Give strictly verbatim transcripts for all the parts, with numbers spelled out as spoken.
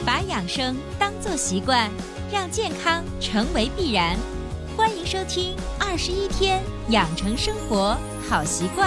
把养生当作习惯，让健康成为必然。欢迎收听二十一天养成生活好习惯。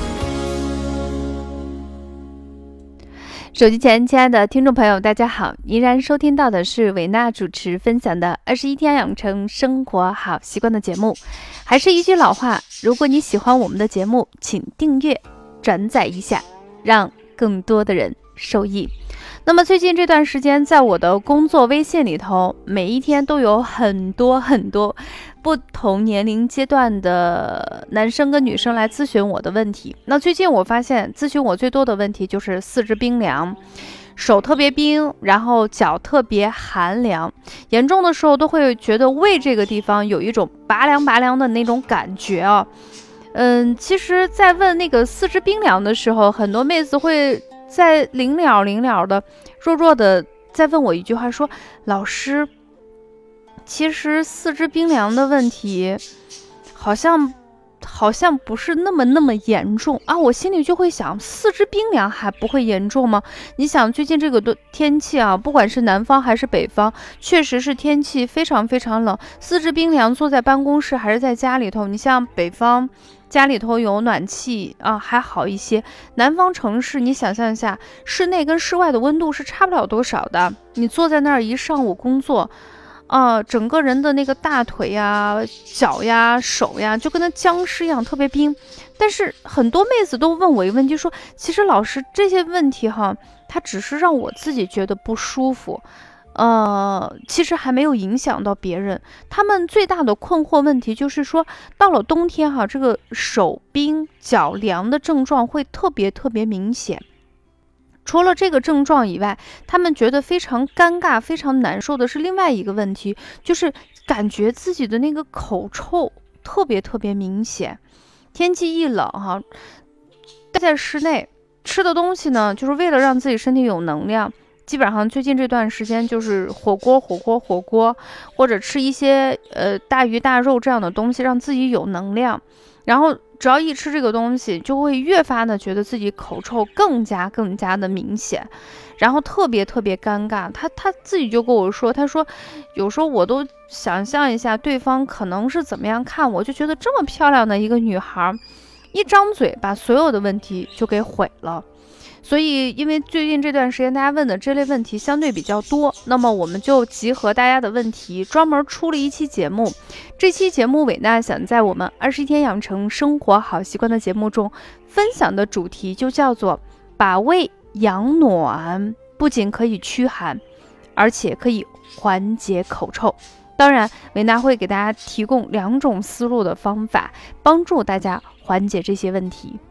手机前亲爱的听众朋友大家好，依然收听到的是维娜主持分享的二十一天养成生活好习惯的节目。还是一句老话，如果你喜欢我们的节目，请订阅转载一下，让更多的人受益。那么最近这段时间，在我的工作微信里头，每一天都有很多很多不同年龄阶段的男生跟女生来咨询我的问题。那最近我发现咨询我最多的问题就是四肢冰凉，手特别冰，然后脚特别寒凉，严重的时候都会觉得胃这个地方有一种拔凉拔凉的那种感觉啊。嗯，其实在问那个四肢冰凉的时候，很多妹子会在临了临了的弱弱的再问我一句话，说老师，其实四肢冰凉的问题好像好像不是那么那么严重啊。我心里就会想，四肢冰凉还不会严重吗？你想最近这个天气啊，不管是南方还是北方，确实是天气非常非常冷，四肢冰凉，坐在办公室还是在家里头，你像北方家里头有暖气啊，还好一些。南方城市，你想象一下，室内跟室外的温度是差不了多少的。你坐在那儿一上午工作，啊，整个人的那个大腿呀、脚呀、手呀，就跟那僵尸一样，特别冰。但是很多妹子都问我一个问题，说，其实老师这些问题哈，它只是让我自己觉得不舒服。呃，其实还没有影响到别人。他们最大的困惑问题就是说，到了冬天哈，这个手冰脚凉的症状会特别特别明显。除了这个症状以外，他们觉得非常尴尬、非常难受的是另外一个问题，就是感觉自己的那个口臭特别特别明显。天气一冷哈，待在室内吃的东西呢，就是为了让自己身体有能量。基本上最近这段时间就是火锅火锅火锅，或者吃一些呃大鱼大肉这样的东西，让自己有能量。然后只要一吃这个东西，就会越发的觉得自己口臭更加更加的明显，然后特别特别尴尬。他他自己就跟我说，他说有时候我都想象一下对方可能是怎么样看我，就觉得这么漂亮的一个女孩，一张嘴把所有的问题就给毁了。所以因为最近这段时间大家问的这类问题相对比较多，那么我们就集合大家的问题，专门出了一期节目。这期节目伟娜想在我们二十一天养成生活好习惯的节目中分享的主题就叫做把胃养暖，不仅可以驱寒，而且可以缓解口臭。当然伟娜会给大家提供两种思路的方法，帮助大家缓解这些问题。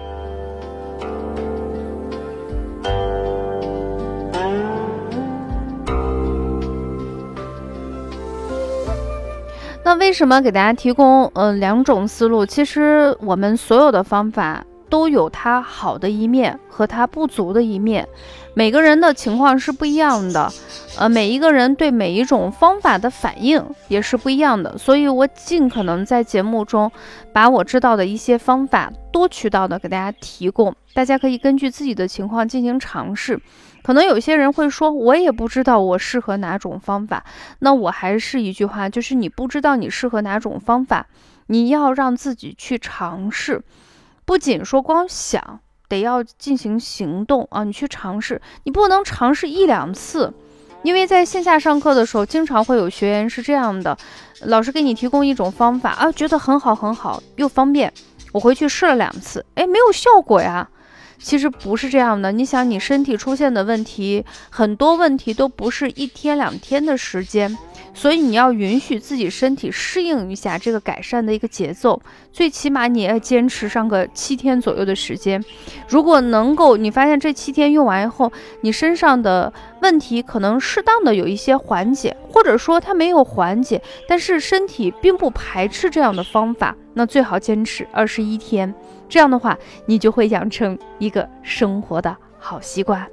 那为什么给大家提供呃两种思路？其实我们所有的方法都有它好的一面和它不足的一面，每个人的情况是不一样的，呃，每一个人对每一种方法的反应也是不一样的，所以我尽可能在节目中把我知道的一些方法多渠道的给大家提供，大家可以根据自己的情况进行尝试。可能有些人会说，我也不知道我适合哪种方法。那我还是一句话，就是你不知道你适合哪种方法，你要让自己去尝试，不仅说光想，得要进行行动啊！你去尝试，你不能尝试一两次。因为在线下上课的时候，经常会有学员是这样的，老师给你提供一种方法啊，觉得很好很好，又方便，我回去试了两次，哎，没有效果呀。其实不是这样的，你想你身体出现的问题，很多问题都不是一天两天的时间，所以你要允许自己身体适应一下这个改善的一个节奏，最起码你也要坚持上个七天左右的时间。如果能够你发现这七天用完以后，你身上的问题可能适当的有一些缓解，或者说它没有缓解，但是身体并不排斥这样的方法，那最好坚持二十一天。这样的话，你就会养成一个生活的好习惯。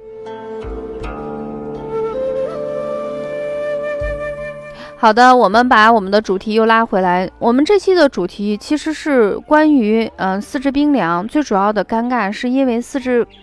好的，我们把我们的主题又拉回来。我们这期的主题其实是关于嗯、呃、四肢冰凉，最主要的尴尬是因为四肢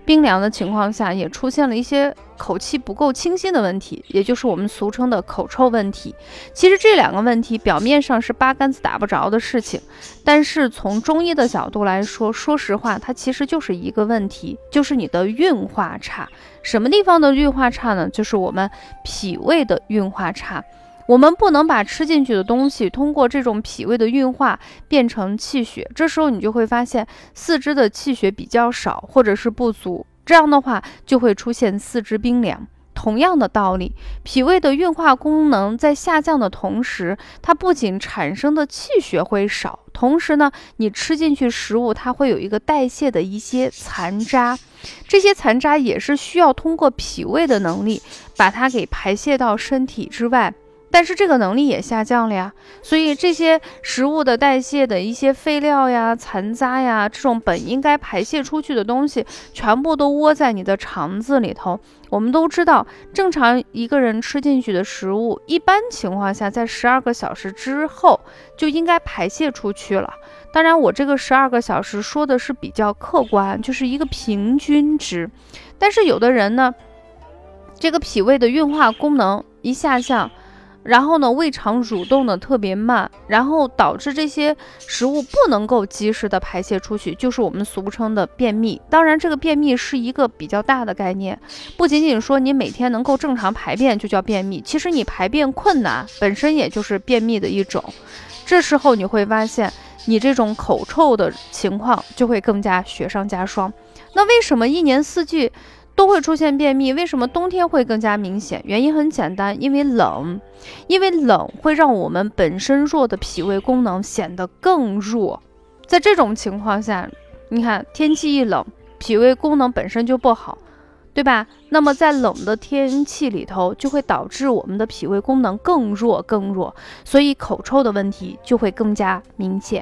冰凉的情况下，也出现了一些口气不够清新的问题，也就是我们俗称的口臭问题。其实这两个问题表面上是八竿子打不着的事情，但是从中医的角度来说，说实话它其实就是一个问题，就是你的运化差。什么地方的运化差呢？就是我们脾胃的运化差。我们不能把吃进去的东西通过这种脾胃的运化变成气血，这时候你就会发现四肢的气血比较少或者是不足，这样的话就会出现四肢冰凉。同样的道理，脾胃的运化功能在下降的同时，它不仅产生的气血会少，同时呢，你吃进去食物它会有一个代谢的一些残渣，这些残渣也是需要通过脾胃的能力把它给排泄到身体之外。但是这个能力也下降了呀，所以这些食物的代谢的一些废料呀、残渣呀，这种本应该排泄出去的东西，全部都窝在你的肠子里头。我们都知道，正常一个人吃进去的食物，一般情况下在十二个小时之后就应该排泄出去了。当然，我这个十二个小时说的是比较客观，就是一个平均值。但是有的人呢，这个脾胃的运化功能一下降，然后呢，胃肠蠕动的特别慢，然后导致这些食物不能够及时的排泄出去，就是我们俗称的便秘。当然，这个便秘是一个比较大的概念，不仅仅说你每天能够正常排便就叫便秘，其实你排便困难本身也就是便秘的一种。这时候你会发现，你这种口臭的情况就会更加雪上加霜。那为什么一年四季都会出现便秘？为什么冬天会更加明显？原因很简单，因为冷，因为冷会让我们本身弱的脾胃功能显得更弱。在这种情况下，你看天气一冷，脾胃功能本身就不好，对吧？那么在冷的天气里头，就会导致我们的脾胃功能更弱更弱，所以口臭的问题就会更加明显。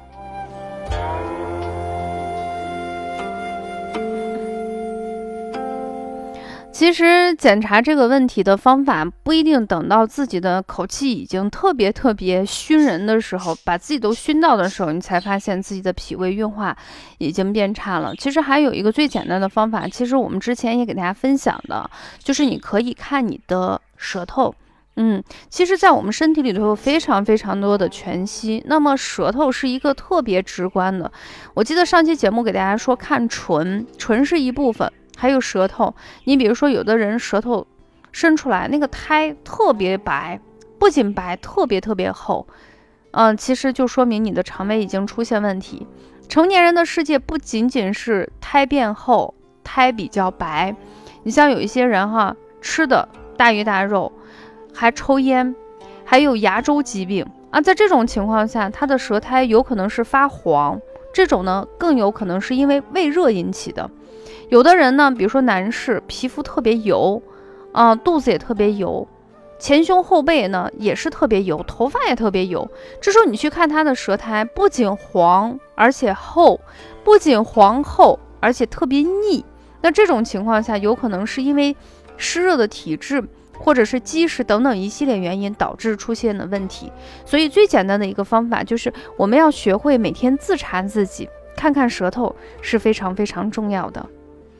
其实检查这个问题的方法不一定等到自己的口气已经特别特别熏人的时候，把自己都熏到的时候，你才发现自己的脾胃运化已经变差了。其实还有一个最简单的方法，其实我们之前也给大家分享的，就是你可以看你的舌头。嗯，其实在我们身体里头有非常非常多的全息，那么舌头是一个特别直观的。我记得上期节目给大家说看唇，唇是一部分，还有舌头。你比如说有的人舌头伸出来那个苔特别白，不仅白，特别特别厚，嗯，其实就说明你的肠胃已经出现问题。成年人的世界不仅仅是苔变厚，苔比较白，你像有一些人哈，吃的大鱼大肉，还抽烟，还有牙周疾病啊，在这种情况下，他的舌苔有可能是发黄，这种呢更有可能是因为胃热引起的。有的人呢，比如说男士，皮肤特别油啊，肚子也特别油，前胸后背呢也是特别油，头发也特别油。这时候你去看他的舌苔，不仅黄而且厚，不仅黄厚而且特别腻。那这种情况下，有可能是因为湿热的体质，或者是积食等等一系列原因导致出现的问题。所以最简单的一个方法就是我们要学会每天自查自己，看看舌头是非常非常重要的。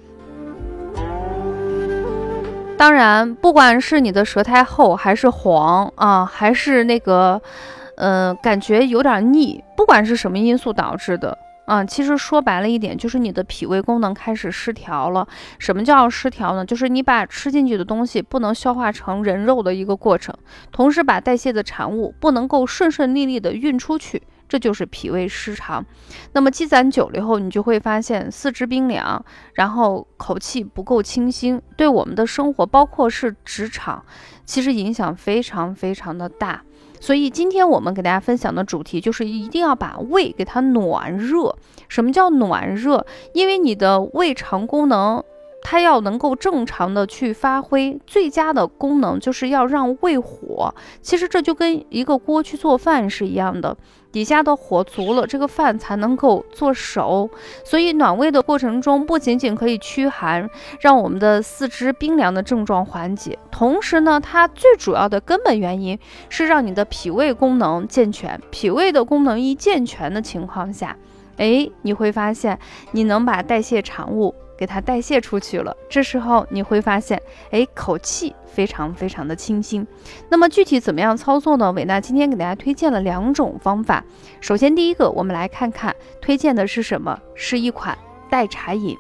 当然，不管是你的舌苔厚还是黄啊，还是那个呃感觉有点腻，不管是什么因素导致的啊，其实说白了一点，就是你的脾胃功能开始失调了。什么叫失调呢？就是你把吃进去的东西不能消化成人肉的一个过程，同时把代谢的产物不能够顺顺利利的运出去，这就是脾胃失常。那么积攒久了以后，你就会发现四肢冰凉，然后口气不够清新，对我们的生活，包括是职场，其实影响非常非常的大。所以今天我们给大家分享的主题就是一定要把胃给它暖热。什么叫暖热？因为你的胃肠功能它要能够正常的去发挥，最佳的功能就是要让胃火，其实这就跟一个锅去做饭是一样的，底下的火足了，这个饭才能够做熟。所以暖胃的过程中，不仅仅可以驱寒，让我们的四肢冰凉的症状缓解，同时呢，它最主要的根本原因是让你的脾胃功能健全。脾胃的功能一健全的情况下，哎，你会发现你能把代谢产物给它代谢出去了。这时候你会发现，哎，口气非常非常的清新。那么具体怎么样操作呢？伟娜今天给大家推荐了两种方法。首先第一个，我们来看看推荐的是什么，是一款代茶饮。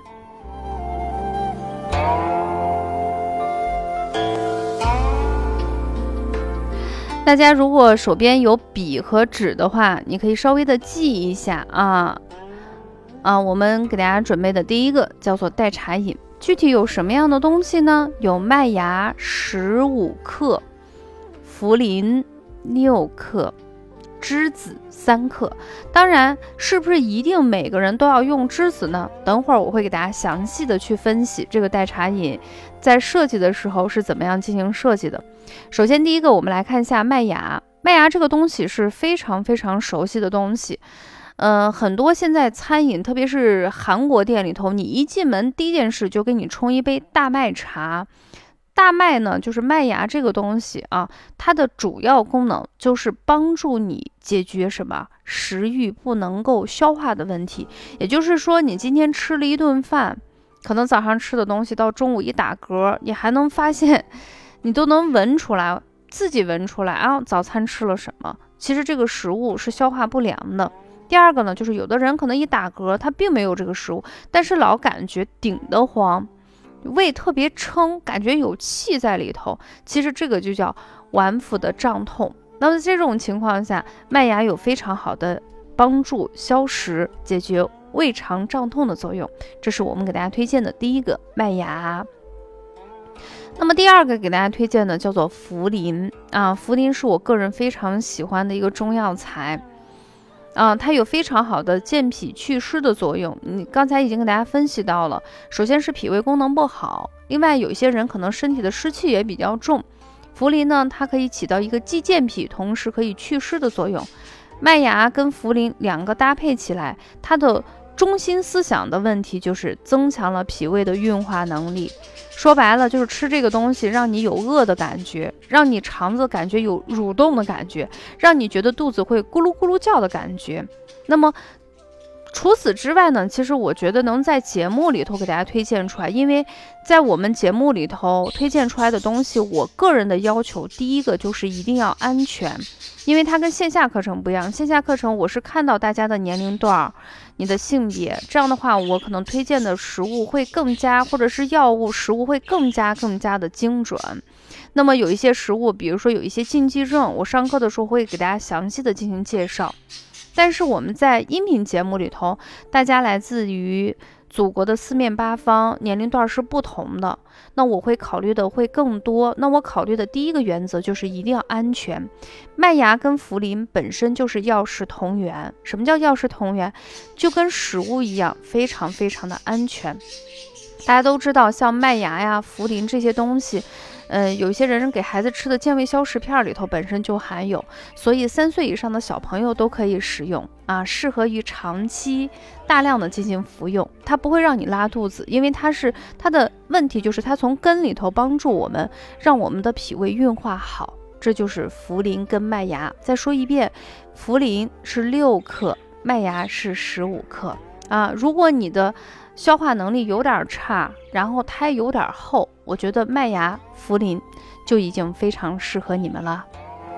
大家如果手边有笔和纸的话，你可以稍微的记一下啊啊！我们给大家准备的第一个叫做代茶饮，具体有什么样的东西呢？有麦芽十五克，茯苓六克，栀子三克。当然，是不是一定每个人都要用栀子呢？等会儿我会给大家详细的去分析这个代茶饮在设计的时候是怎么样进行设计的。首先第一个，我们来看一下麦芽。麦芽这个东西是非常非常熟悉的东西，呃，很多现在餐饮，特别是韩国店里头，你一进门第一件事就给你冲一杯大麦茶。大麦呢，就是麦芽这个东西啊，它的主要功能就是帮助你解决什么食欲不能够消化的问题。也就是说，你今天吃了一顿饭，可能早上吃的东西到中午一打嗝，你还能发现，你都能闻出来，自己闻出来啊，早餐吃了什么。其实这个食物是消化不良的。第二个呢，就是有的人可能一打嗝，他并没有这个食物，但是老感觉顶得慌，胃特别撑，感觉有气在里头，其实这个就叫脘腹的胀痛。那么这种情况下，麦芽有非常好的帮助消食、解决胃肠胀痛的作用，这是我们给大家推荐的第一个麦芽。那么第二个给大家推荐的叫做茯苓啊，茯苓是我个人非常喜欢的一个中药材。啊，它有非常好的健脾祛湿的作用。你刚才已经给大家分析到了，首先是脾胃功能不好，另外有一些人可能身体的湿气也比较重，茯苓呢，它可以起到一个既健脾同时可以祛湿的作用。麦芽跟茯苓两个搭配起来，它的中心思想的问题就是增强了脾胃的运化能力。说白了就是吃这个东西让你有饿的感觉，让你肠子感觉有蠕动的感觉，让你觉得肚子会咕噜咕噜叫的感觉。那么除此之外呢，其实我觉得能在节目里头给大家推荐出来，因为在我们节目里头推荐出来的东西，我个人的要求第一个就是一定要安全，因为它跟线下课程不一样。线下课程我是看到大家的年龄段、你的性别，这样的话我可能推荐的食物会更加，或者是药物食物会更加更加的精准。那么有一些食物，比如说有一些禁忌症，我上课的时候会给大家详细的进行介绍。但是我们在音频节目里头，大家来自于祖国的四面八方，年龄段是不同的，那我会考虑的会更多。那我考虑的第一个原则就是一定要安全。麦芽跟茯苓本身就是药食同源。什么叫药食同源？就跟食物一样，非常非常的安全。大家都知道，像麦芽呀、茯苓这些东西，呃，有些人给孩子吃的健胃消食片里头本身就含有，所以三岁以上的小朋友都可以使用啊，适合于长期大量的进行服用。它不会让你拉肚子，因为它是它的问题就是它从根里头帮助我们，让我们的脾胃运化好。这就是茯苓跟麦芽。再说一遍，茯苓是六克，麦芽是十五克啊。如果你的消化能力有点差，然后胎有点厚，我觉得麦芽、茯苓就已经非常适合你们了。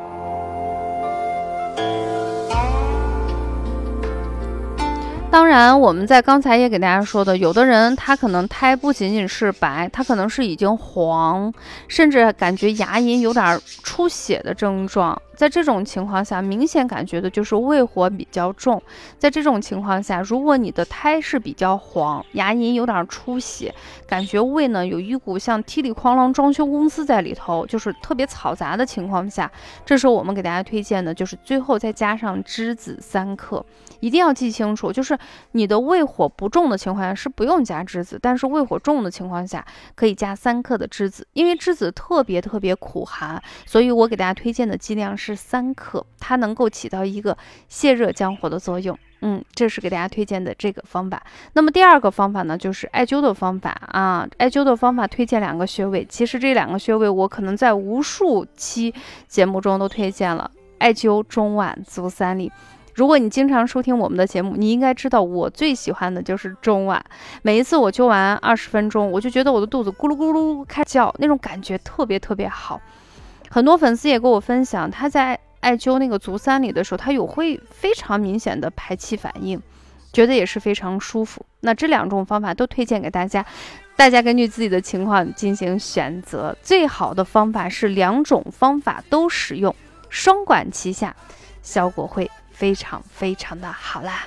当然我们在刚才也给大家说的，有的人他可能胎不仅仅是白，他可能是已经黄，甚至感觉牙龈有点出血的症状。在这种情况下，明显感觉的就是胃火比较重。在这种情况下，如果你的胎是比较黄，牙龈有点出血，感觉胃呢有一股像踢里哐啷装修公司在里头，就是特别嘈杂的情况下，这时候我们给大家推荐的就是最后再加上栀子三克。一定要记清楚，就是你的胃火不重的情况下是不用加栀子，但是胃火重的情况下可以加三克的栀子，因为栀子特别特别苦寒，所以我给大家推荐的剂量是三克，它能够起到一个泻热降火的作用。嗯，这是给大家推荐的这个方法。那么第二个方法呢，就是艾灸的方法啊。艾灸的方法推荐两个穴位，其实这两个穴位我可能在无数期节目中都推荐了，艾灸中脘足三里。 如果你经常收听我们的节目，你应该知道我最喜欢的就是中脘。每一次我灸完二十分钟，我就觉得我的肚子咕噜咕噜开叫，那种感觉特别特别好。很多粉丝也跟我分享，他在艾灸那个足三里的时候，他有会非常明显的排气反应，觉得也是非常舒服。那这两种方法都推荐给大家，大家根据自己的情况进行选择。最好的方法是两种方法都使用，双管齐下，效果会非常非常的好啦。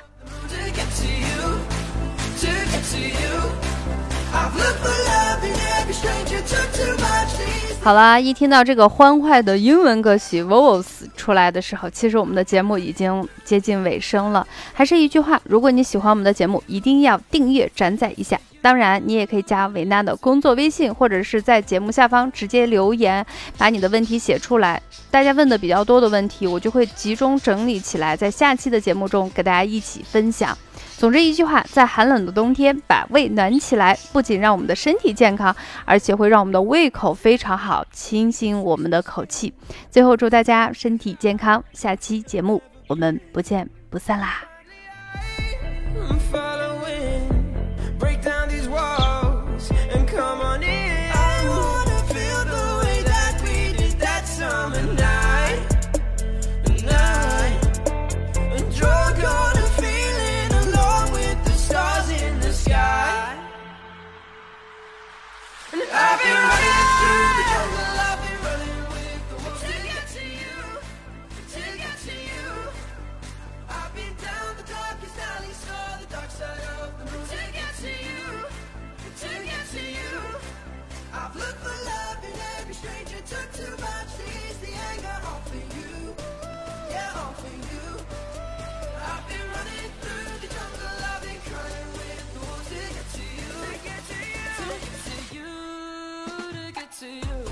好啦，一听到这个欢快的英文歌曲 Vocals 出来的时候，其实我们的节目已经接近尾声了。还是一句话，如果你喜欢我们的节目，一定要订阅转载一下。当然你也可以加维娜的工作微信，或者是在节目下方直接留言，把你的问题写出来。大家问的比较多的问题，我就会集中整理起来，在下期的节目中给大家一起分享。总之一句话，在寒冷的冬天把胃暖起来，不仅让我们的身体健康，而且会让我们的胃口非常好，清新我们的口气。最后祝大家身体健康，下期节目我们不见不散啦。 I've been running through the jungle, I've been running with the wolves to get to you, to get to you. I've been down the darkest alley, saw the dark side of the moon to get to you, to get to you. I've looked for love in every stranger, took too much to ease the anger, all for you, yeah, all for you. I've been running through the jungle, I've been crying with the wolves to get to you, to get to you, to get to you. To you